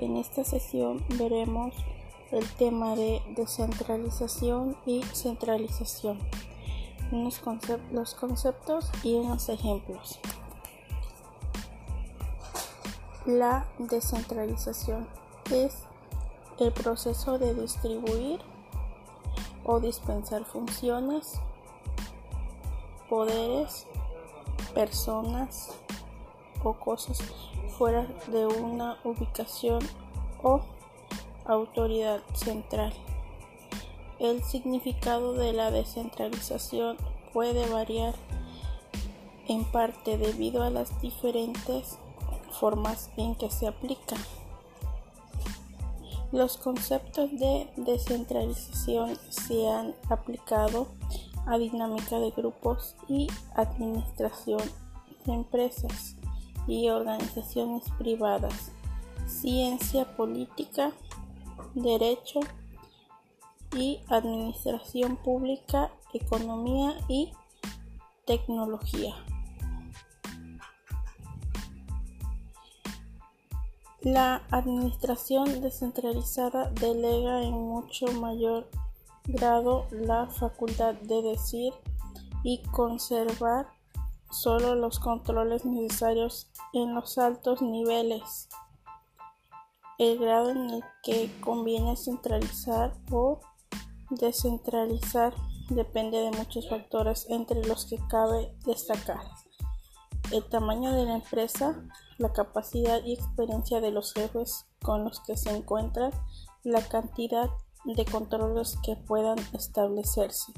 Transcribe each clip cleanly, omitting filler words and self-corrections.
En esta sesión veremos el tema de descentralización y centralización, los conceptos y unos ejemplos. La descentralización es el proceso de distribuir o dispensar funciones, poderes, personas o cosas fuera de una ubicación o autoridad central. El significado de la descentralización puede variar en parte debido a las diferentes formas en que se aplica. Los conceptos de descentralización se han aplicado a dinámica de grupos y administración de empresas y organizaciones privadas, ciencia política, derecho y administración pública, economía y tecnología. La administración descentralizada delega en mucho mayor grado la facultad de decir y conservar solo los controles necesarios en los altos niveles. El grado en el que conviene centralizar o descentralizar depende de muchos factores, entre los que cabe destacar el tamaño de la empresa, la capacidad y experiencia de los jefes con los que se encuentran, la cantidad de controles que puedan establecerse.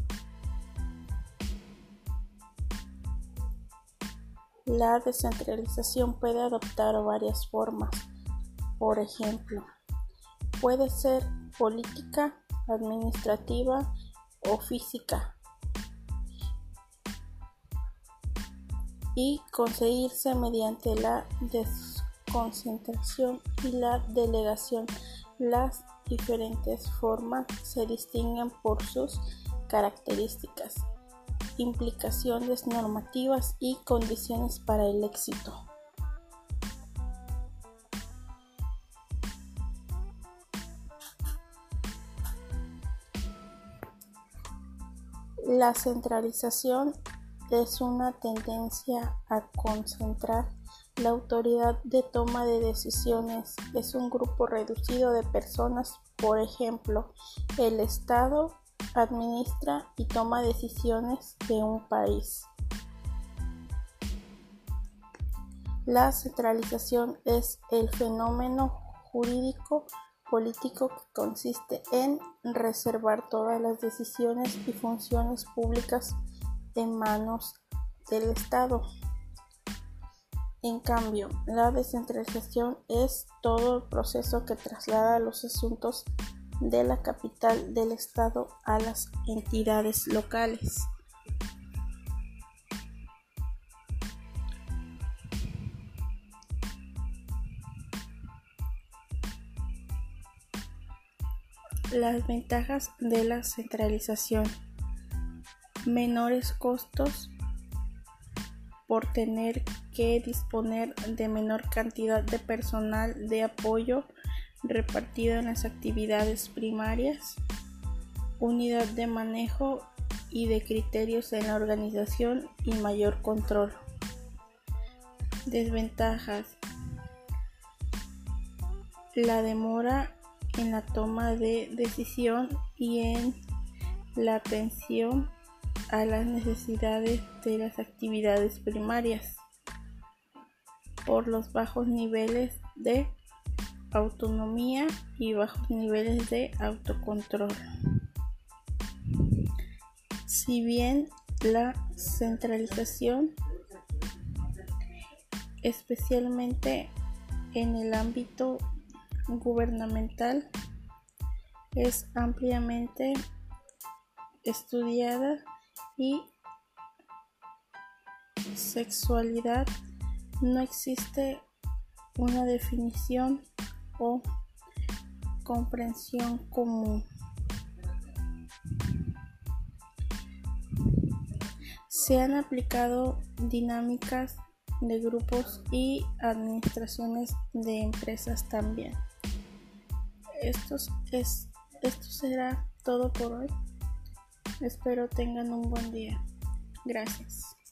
La descentralización puede adoptar varias formas. Por ejemplo, puede ser política, administrativa o física, y conseguirse mediante la desconcentración y la delegación. Las diferentes formas se distinguen por sus características, implicaciones normativas y condiciones para el éxito. La centralización es una tendencia a concentrar la autoridad de toma de decisiones. Es un grupo reducido de personas, por ejemplo, el Estado administra y toma decisiones de un país. La centralización es el fenómeno jurídico político que consiste en reservar todas las decisiones y funciones públicas en manos del Estado. En cambio, la descentralización es todo el proceso que traslada los asuntos de la capital del Estado a las entidades locales. Las ventajas de la centralización: menores costos por tener que disponer de menor cantidad de personal de apoyo repartido en las actividades primarias, unidad de manejo y de criterios en la organización y mayor control. Desventajas: la demora en la toma de decisión y en la atención a las necesidades de las actividades primarias, por los bajos niveles de autonomía y bajos niveles de autocontrol. Si bien la centralización, especialmente en el ámbito gubernamental, es ampliamente estudiada y sexualidad, no existe una definición o comprensión común. Se han aplicado dinámicas de grupos y administraciones de empresas también. esto será todo por hoy. Espero tengan un buen día. Gracias.